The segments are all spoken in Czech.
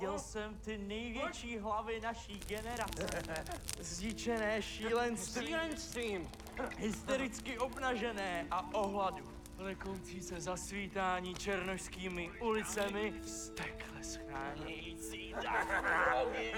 Viděl jsem ty největší hlavy naší generace. Zničené šílenstvím. Hystericky obnažené a ohladu. Vlekoucí se zasvítání černošskými ulicemi. Vztekle schánějící drogy.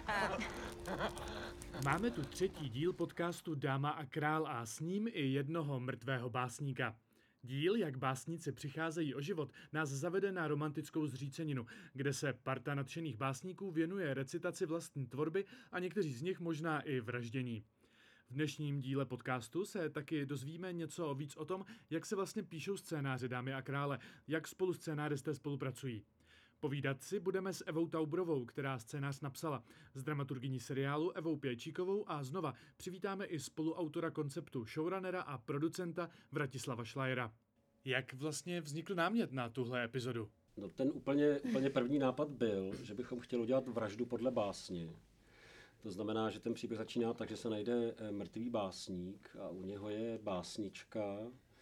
Máme tu třetí díl podcastu Dáma a král a s ním i jednoho mrtvého básníka. Díl, jak básníci přicházejí o život, nás zavede na romantickou zříceninu, kde se parta nadšených básníků věnuje recitaci vlastní tvorby a někteří z nich možná i vraždění. V dnešním díle podcastu se taky dozvíme něco víc o tom, jak se vlastně píšou scénáře Dámy a krále, jak spolu scénáristé spolupracují. Povídat si budeme s Evou Taubrovou, která scénář napsala, s dramaturgyní seriálu Evou Pějčíkovou a znova přivítáme i spoluautora konceptu, showrunnera a producenta Vratislava Šlajera. Jak vlastně vznikl námět na tuhle epizodu? No, ten úplně první nápad byl, že bychom chtěli udělat vraždu podle básně. To znamená, že ten příběh začíná tak, že se najde mrtvý básník a u něho je básnička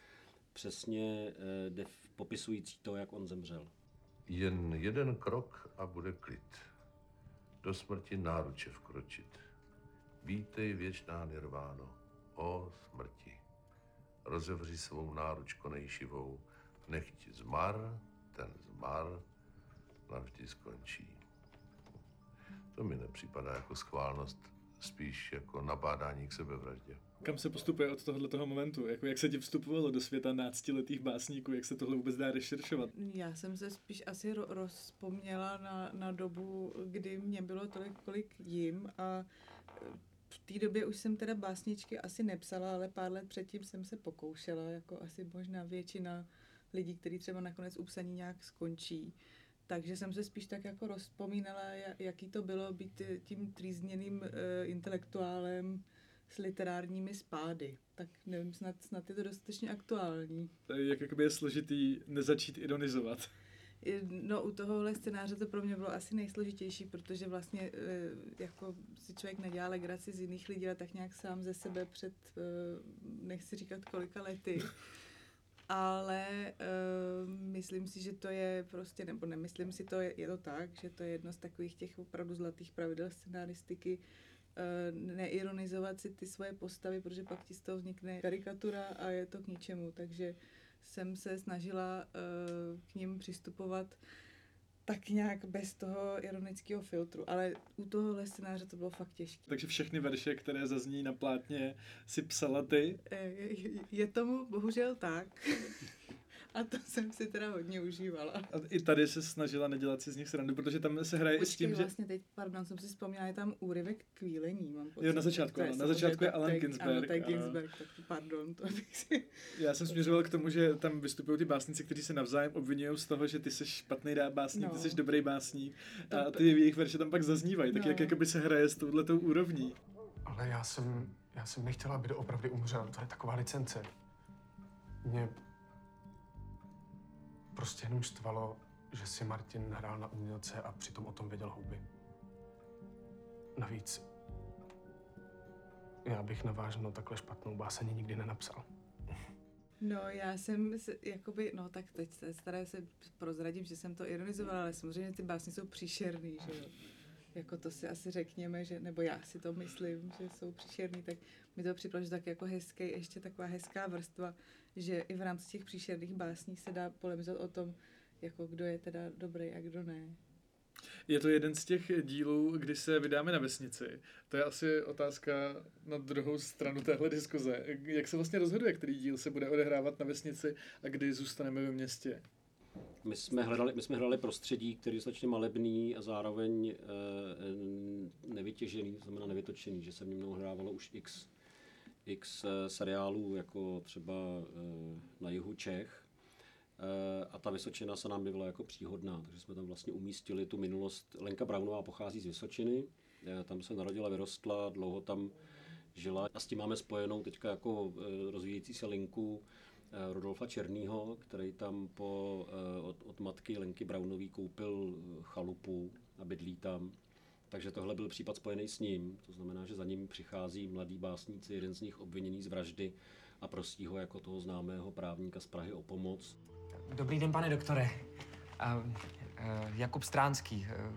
přesně popisující to, jak on zemřel. Jen jeden krok a bude klid. Do smrti náruče vkročit. Vítej věčná nirváno, o smrti. Rozevři svou náruč konejšivou, nechť zmar, ten zmar navždy skončí. To mi nepřipadá jako schválnost, spíš jako nabádání k sebevraždě. Kam se postupuje od tohoto momentu? Jak se ti vstupovalo do světa náctiletých básníků? Jak se tohle vůbec dá rešeršovat? Já jsem se spíš asi rozpomněla na dobu, kdy mě bylo tolik, kolik jim a v té době už jsem teda básničky asi nepsala, ale pár let předtím jsem se pokoušela, jako asi možná většina lidí, kteří třeba nakonec u psaní nějak skončí. Takže jsem se spíš tak jako rozpomínala, jaký to bylo být tím trýzněným intelektuálem s literárními spády. Tak nevím, snad je to dostatečně aktuální. Jak je složitý nezačít ironizovat? No, u tohohle scénáře to pro mě bylo asi nejsložitější, protože vlastně jako si člověk nedělá legraci z jiných lidí, ale tak nějak sám ze sebe před, nechci říkat kolika lety. Ale myslím si, že to je prostě, nebo nemyslím si to, je to tak, že to je jedno z takových těch opravdu zlatých pravidel scenaristiky, neironizovat si ty svoje postavy, protože pak ti z toho vznikne karikatura a je to k ničemu, takže jsem se snažila k nim přistupovat tak nějak bez toho ironického filtru, ale u tohohle scénáře to bylo fakt těžké. Takže všechny verše, které zazní na plátně, si psala ty? Je tomu bohužel tak. A to jsem si teda hodně užívala. A i tady se snažila nedělat si z nich srandu, protože tam se hraje i s tím, že... vlastně teď, pardon, jsem si vzpomněla, je tam úryvek Kvílení, mám pocit. Jo, na začátku je Allen Ginsberg. Ano, to je Ginsberg, tak pardon, to bych si... Já jsem směřoval k tomu, že tam vystupují ty básníci, kteří se navzájem obvinují z toho, že ty jsi špatný básník, ty jsi dobrý básník a ty jejich verše tam pak zaznívají, tak jak jakoby se hraje s touhletou úrovní. Ale já jsem nechtěla, aby doopravdy umřel, to je taková licence. Mě prostě jenom štvalo, že si Martin nahrál na umělce a přitom o tom věděl houby. Navíc, já bych navážno takhle špatnou báseň nikdy nenapsal. No, já jsem jakoby, no tak teď se prozradím, že jsem to ironizovala, ale samozřejmě ty básně jsou příšerný, že jo. Jako to si asi řekněme, že, nebo já si to myslím, že jsou příšerný, tak mi to připadlo, že tak jako hezký, ještě taková hezká vrstva, že i v rámci těch příšerných básní se dá polemizovat o tom, jako kdo je teda dobrý a kdo ne. Je to jeden z těch dílů, kdy se vydáme na vesnici. To je asi otázka na druhou stranu téhle diskuze. Jak se vlastně rozhoduje, který díl se bude odehrávat na vesnici a kdy zůstaneme ve městě? My jsme hledali prostředí, který je značně malebný a zároveň nevytěžený, to znamená nevytočený, že se v něm hrávalo už x seriálů, jako třeba na jihu Čech. A ta Vysočina se nám byla jako příhodná, takže jsme tam vlastně umístili tu minulost. Lenka Braunová pochází z Vysočiny, tam se narodila, vyrostla, dlouho tam žila a s tím máme spojenou teďka jako rozvíjející se linku Rudolfa Černýho, který tam od matky Lenky Braunové koupil chalupu a bydlí tam. Takže tohle byl případ spojený s ním, to znamená, že za ním přichází mladý básníci, jeden z nich obviněný z vraždy a prosí ho jako toho známého právníka z Prahy o pomoc. Dobrý den, pane doktore. Jakub Stránský.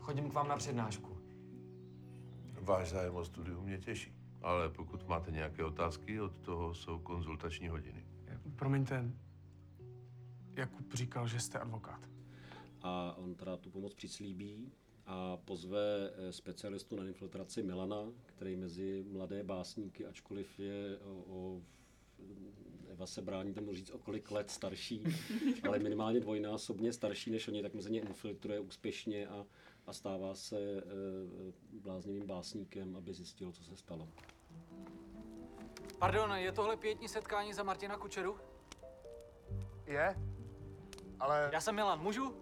chodím k vám na přednášku. Váš zájem o studium mě těší. Ale pokud máte nějaké otázky, od toho jsou konzultační hodiny. Promiňte, Jakub říkal, že jste advokát. A on teda tu pomoc přislíbí a pozve specialistu na infiltraci Milana, který mezi mladé básníky, ačkoliv je Eva se brání tomu říct o kolik let starší, ale minimálně dvojnásobně starší než oni, tak mezi ně infiltruje úspěšně a stává se bláznivým básníkem, aby zjistil, co se stalo. Pardon, je tohle pietní setkání za Martina Kučeru? Je? Ale... Já jsem Milan, můžu?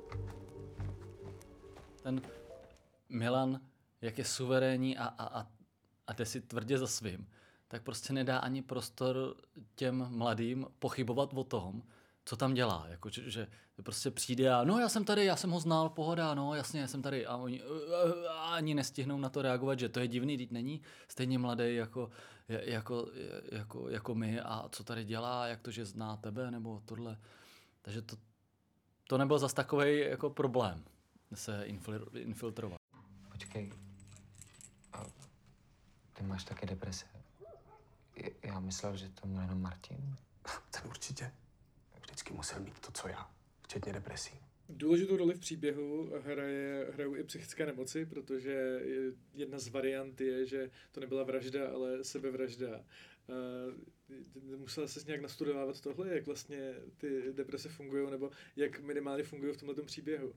Ten Milan, jak je suverénní a jde si tvrdě za svým, tak prostě nedá ani prostor těm mladým pochybovat o tom, co tam dělá. Jako, že prostě přijde a no já jsem tady, já jsem ho znal, pohoda, no jasně, já jsem tady. A oni ani nestihnou na to reagovat, že to je divný, teď není stejně mladý jako my a co tady dělá, jak to, že zná tebe nebo tohle. Takže to nebyl zas takovej jako problém se infiltrovat. Počkej, a ty máš taky deprese. Já myslel, že to měl jenom Martin. Ten určitě vždycky musel mít to, co já, včetně depresí. Důležitou roli v příběhu hrajou i psychické nemoci, protože jedna z variant je, že to nebyla vražda, ale sebevražda. Musela ses nějak nastudovávat tohle, jak vlastně ty deprese fungují, nebo jak minimálně fungují v tomhletom příběhu?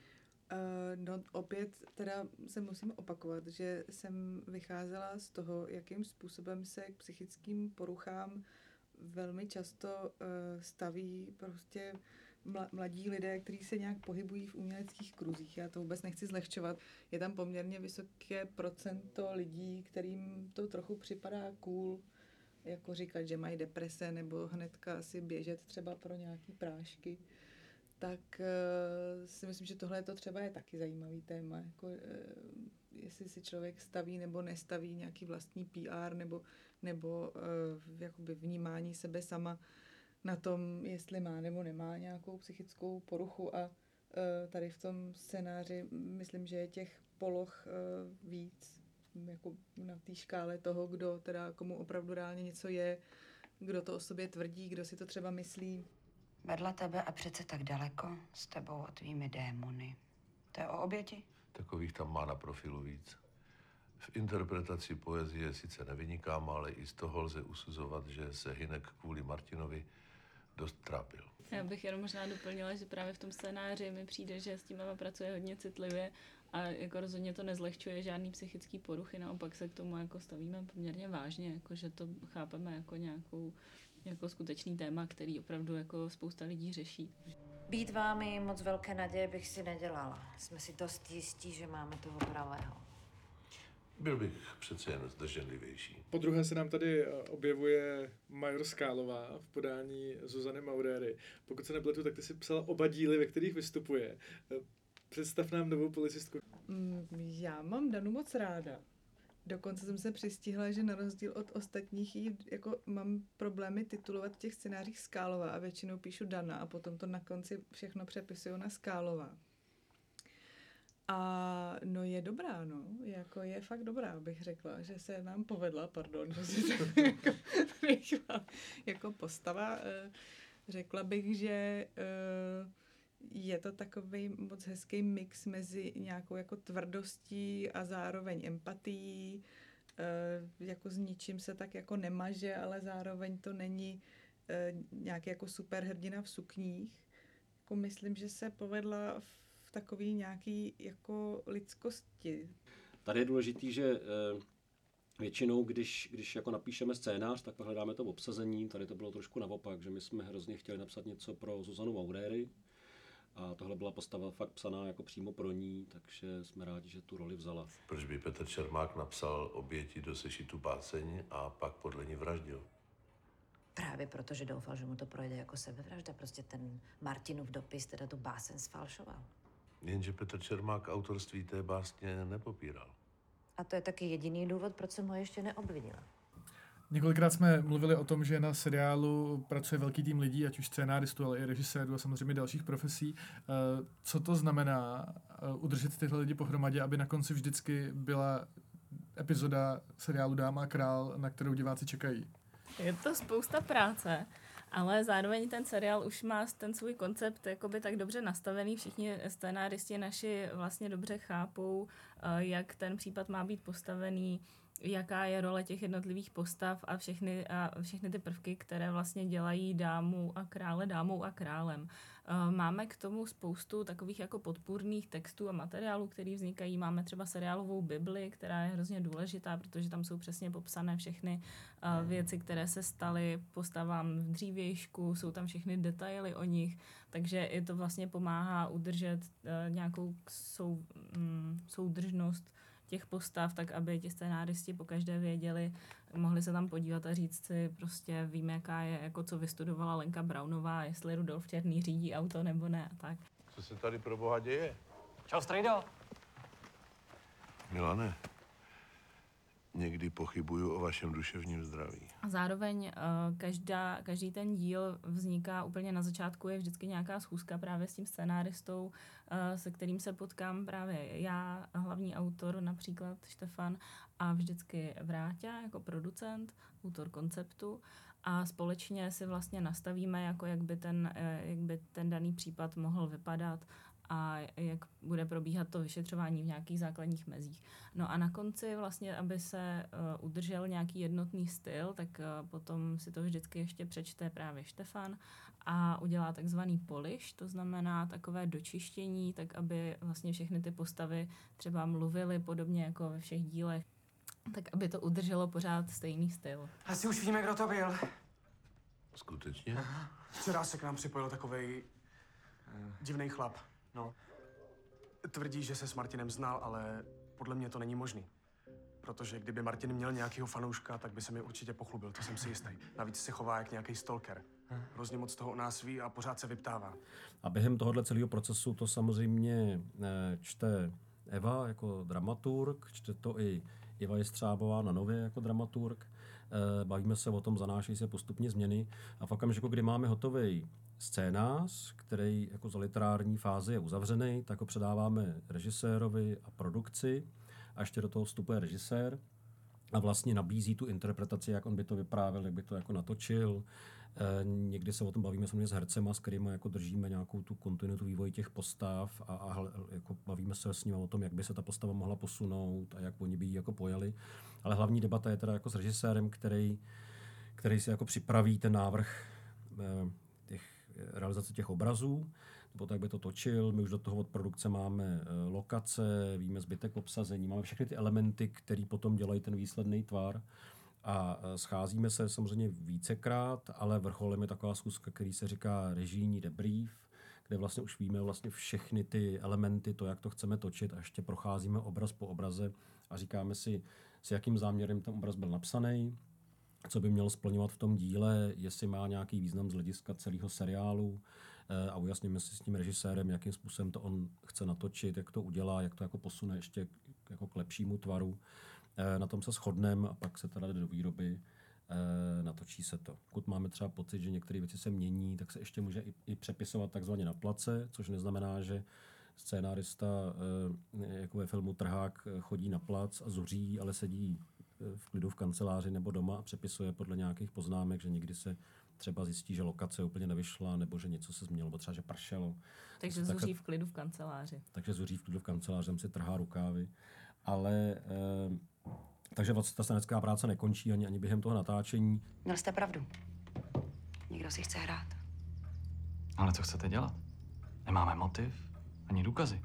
No opět teda se musím opakovat, že jsem vycházela z toho, jakým způsobem se k psychickým poruchám velmi často staví prostě mladí lidé, kteří se nějak pohybují v uměleckých kruzích. Já to vůbec nechci zlehčovat. Je tam poměrně vysoké procento lidí, kterým to trochu připadá cool, jako říkat, že mají deprese, nebo hnedka si běžet třeba pro nějaký prášky. Tak si myslím, že tohle to třeba je taky zajímavý téma, jako jestli si člověk staví nebo nestaví nějaký vlastní PR nebo jakoby vnímání sebe sama na tom, jestli má nebo nemá nějakou psychickou poruchu a tady v tom scénáři myslím, že je těch poloh víc, jako na té škále toho, kdo teda komu opravdu reálně něco je, kdo to o sobě tvrdí, kdo si to třeba myslí. Vedle tebe a přece tak daleko s tebou a tvými démony. To je o oběti? Takových tam má na profilu víc. V interpretaci poezie sice nevynikám, ale i z toho lze usuzovat, že se Hynek kvůli Martinovi dost trápil. Já bych jenom možná doplnila, že právě v tom scénáři mi přijde, že s tím Eva pracuje hodně citlivě a jako rozhodně to nezlehčuje žádný psychický poruchy, naopak se k tomu jako stavíme poměrně vážně, jako že to chápeme jako nějakou jako skutečný téma, který opravdu jako spousta lidí řeší. Být vámi moc velké naděje bych si nedělala. Jsme si dost jistí, že máme toho pravého. Byl bych přece jen zdrženlivější. Podruhé se nám tady objevuje major Skálová v podání Zuzany Mauréry. Pokud se nepletu, tak ty si psala oba díly, ve kterých vystupuje. Představ nám novou policistku. Já mám Danu moc ráda. Dokonce jsem se přistihla, že na rozdíl od ostatních jako mám problémy titulovat v těch scénářích Skálová a většinou píšu Dana a potom to na konci všechno přepisuju na Skálová. A no je dobrá, no. Jako je fakt dobrá, bych řekla, že se nám povedla, pardon, že si tak jako postava. Řekla bych, že je to takový moc hezký mix mezi nějakou jako tvrdostí a zároveň empatií, jako s ničím se tak jako nemaže, ale zároveň to není nějaký jako superhrdina v sukních. Jako myslím, že se povedla v takový nějaký jako lidskosti. Tady je důležitý, že většinou, když jako napíšeme scénář, tak hledáme to obsazení. Tady to bylo trošku naopak, že my jsme hrozně chtěli napsat něco pro Zuzanu Mauréry. A tohle byla postava fakt psaná jako přímo pro ní, takže jsme rádi, že tu roli vzala. Proč by Petr Čermák napsal oběti do sešitu báseň a pak podle ní vraždil? Právě proto, že doufal, že mu to projde jako sebevražda. Prostě ten Martinův dopis teda tu báseň sfalšoval. Jenže Petr Čermák autorství té básně nepopíral. A to je taky jediný důvod, proč jsem ho ještě neobvinila. Několikrát jsme mluvili o tom, že na seriálu pracuje velký tým lidí, ať už scénáristů, ale i režisérů a samozřejmě dalších profesí. Co to znamená udržet tyhle lidi pohromadě, aby na konci vždycky byla epizoda seriálu Dáma a král, na kterou diváci čekají? Je to spousta práce, ale zároveň ten seriál už má ten svůj koncept jakoby tak dobře nastavený. Všichni scénáristi naši vlastně dobře chápou, jak ten případ má být postavený, jaká je role těch jednotlivých postav a všechny ty prvky, které vlastně dělají dámu a krále dámou a králem. Máme k tomu spoustu takových jako podpůrných textů a materiálů, které vznikají. Máme třeba seriálovou Bibli, která je hrozně důležitá, protože tam jsou přesně popsané všechny věci, které se staly postavám v dřívějšku, jsou tam všechny detaily o nich, takže i to vlastně pomáhá udržet nějakou soudržnost těch postav, tak aby ti scénáristi po každé věděli, mohli se tam podívat a říct si, prostě víme, jaká je, jako co vystudovala Lenka Braunová, jestli Rudolf Černý řídí auto nebo ne a tak. Co se tady pro boha děje? Čau, strejdo. Milane, někdy pochybuju o vašem duševním zdraví. A zároveň každý ten díl vzniká úplně na začátku, je vždycky nějaká schůzka právě s tím scénáristou, se kterým se potkám právě já, hlavní autor, například Štefan, a vždycky Vráťa jako producent, autor konceptu, a společně si vlastně nastavíme, jako jak by ten daný případ mohl vypadat a jak bude probíhat to vyšetřování v nějakých základních mezích. No a na konci vlastně, aby se udržel nějaký jednotný styl, tak potom si to vždycky ještě přečte právě Štefan a udělá takzvaný polish, to znamená takové dočištění, tak aby vlastně všechny ty postavy třeba mluvily podobně jako ve všech dílech, tak aby to udrželo pořád stejný styl. Asi už víme, kdo to byl. Skutečně? Včera se k nám připojil takovej divný chlap. No. Tvrdí, že se s Martinem znal, ale podle mě to není možný. Protože kdyby Martin měl nějakého fanouška, tak by se mi určitě pochlubil, to jsem si jistý. Navíc se chová jak nějaký stalker. Hrozně moc toho o nás ví a pořád se vyptává. A během tohohle celého procesu to samozřejmě čte Eva jako dramaturg, čte to i Iva Jestřábová na Nově jako dramaturg. Bavíme se o tom, zanášejí se postupně změny a v okamžiku, kdy máme hotový scénář, který jako za literární fázi je uzavřený, tak ho předáváme režisérovi a produkci a ještě do toho vstupuje režisér a vlastně nabízí tu interpretaci, jak on by to vyprávěl, jak by to jako natočil. Někdy se o tom bavíme samozřejmě s hercema, s kterými jako držíme nějakou tu kontinuitu vývoje těch postav a jako bavíme se s nimi o tom, jak by se ta postava mohla posunout a jak oni by ji jako pojali. Ale hlavní debata je teda jako s režisérem, který si jako připraví ten návrh realizace těch obrazů, nebo tak by to točil. My už do toho od produkce máme lokace, víme zbytek obsazení, máme všechny ty elementy, které potom dělají ten výsledný tvar. A scházíme se samozřejmě vícekrát, ale vrcholem je taková schůzka, který se říká režijní debrief, kde vlastně už víme vlastně všechny ty elementy, to, jak to chceme točit, a ještě procházíme obraz po obraze a říkáme si, s jakým záměrem ten obraz byl napsaný, co by měl splňovat v tom díle, jestli má nějaký význam z hlediska celého seriálu a ujasníme si s tím režisérem, jakým způsobem to on chce natočit, jak to udělá, jak to jako posune ještě jako k lepšímu tvaru. Na tom se shodneme a pak se teda jde do výroby, natočí se to. Pokud máme třeba pocit, že některé věci se mění, tak se ještě může i přepisovat takzvaně na place, což neznamená, že scénárista jako ve filmu Trhák chodí na plac a zuří, ale sedí v klidu v kanceláři nebo doma a přepisuje podle nějakých poznámek, že někdy se třeba zjistí, že lokace úplně nevyšla, nebo že něco se změnilo, nebo třeba, že pršelo. Takže zuří v klidu v kanceláři. Takže zuří v klidu v kanceláři, si trhá rukávy. Ale takže vlastně ta scenecká práce nekončí ani během toho natáčení. Měl jste pravdu. Někdo si chce hrát. Ale co chcete dělat? Nemáme motiv, ani důkazy.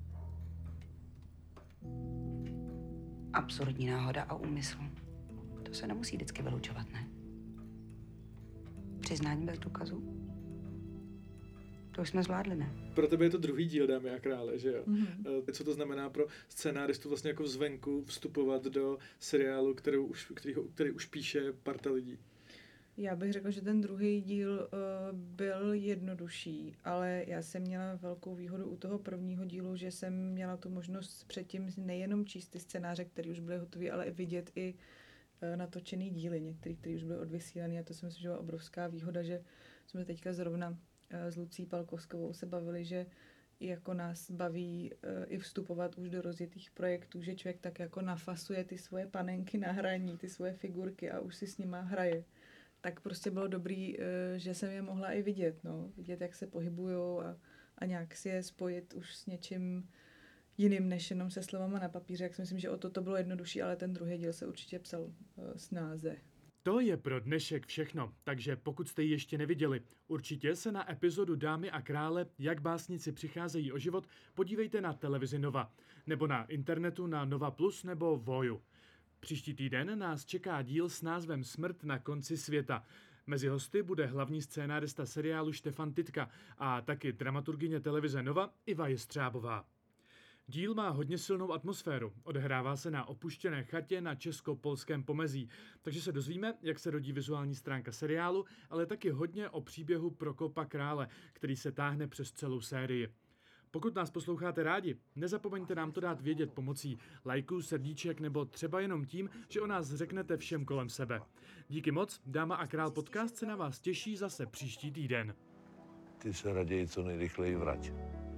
Absurdní náhoda a úmysl. To se nemusí vždycky vylučovat, ne? Přiznání bez důkazů? To už jsme zvládli, ne? Pro tebe je to druhý díl Dámy a krále, že jo? Mm-hmm. Co to znamená pro scénáristu vlastně jako zvenku vstupovat do seriálu, který už píše parta lidí? Já bych řekla, že ten druhý díl byl jednodušší, ale já jsem měla velkou výhodu u toho prvního dílu, že jsem měla tu možnost předtím nejenom číst ty scénáře, které už byly hotové, ale i vidět i natočený díly, některý, které už byly odvysílané, a to si myslím, že byla obrovská výhoda, že jsme teďka zrovna s Lucí Palkovskovou se bavili, že jako nás baví i vstupovat už do rozjetých projektů, že člověk tak jako nafasuje ty svoje panenky na hraní, ty svoje figurky a už si s nima hraje. Tak prostě bylo dobrý, že jsem je mohla i vidět, no. Vidět, jak se pohybujou a nějak si je spojit už s něčím jiným, než jenom se slovama na papíře. Jak si myslím, že o to bylo jednodušší, ale ten druhý díl se určitě psal snáze. To je pro dnešek všechno, takže pokud jste ji ještě neviděli, určitě se na epizodu Dámy a krále, jak básníci přicházejí o život, podívejte na televizi Nova, nebo na internetu na Nova Plus nebo Voju. Příští týden nás čeká díl s názvem Smrt na konci světa. Mezi hosty bude hlavní scénárista seriálu Štefan Titka a taky dramaturgyně televize Nova Iva Jestřábová. Díl má hodně silnou atmosféru, odehrává se na opuštěné chatě na česko-polském pomezí, takže se dozvíme, jak se rodí vizuální stránka seriálu, ale taky hodně o příběhu Prokopa Krále, který se táhne přes celou sérii. Pokud nás posloucháte rádi, nezapomeňte nám to dát vědět pomocí lajků, srdíček nebo třeba jenom tím, že o nás řeknete všem kolem sebe. Díky moc, Dáma a král podcast se na vás těší zase příští týden. Ty se raději co nejrychleji vrať.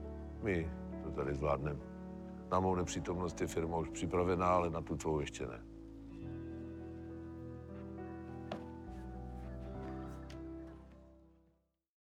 My to tady zvládneme. Na mou nepřítomnost je firma už připravená, ale na tu tvou ještě ne.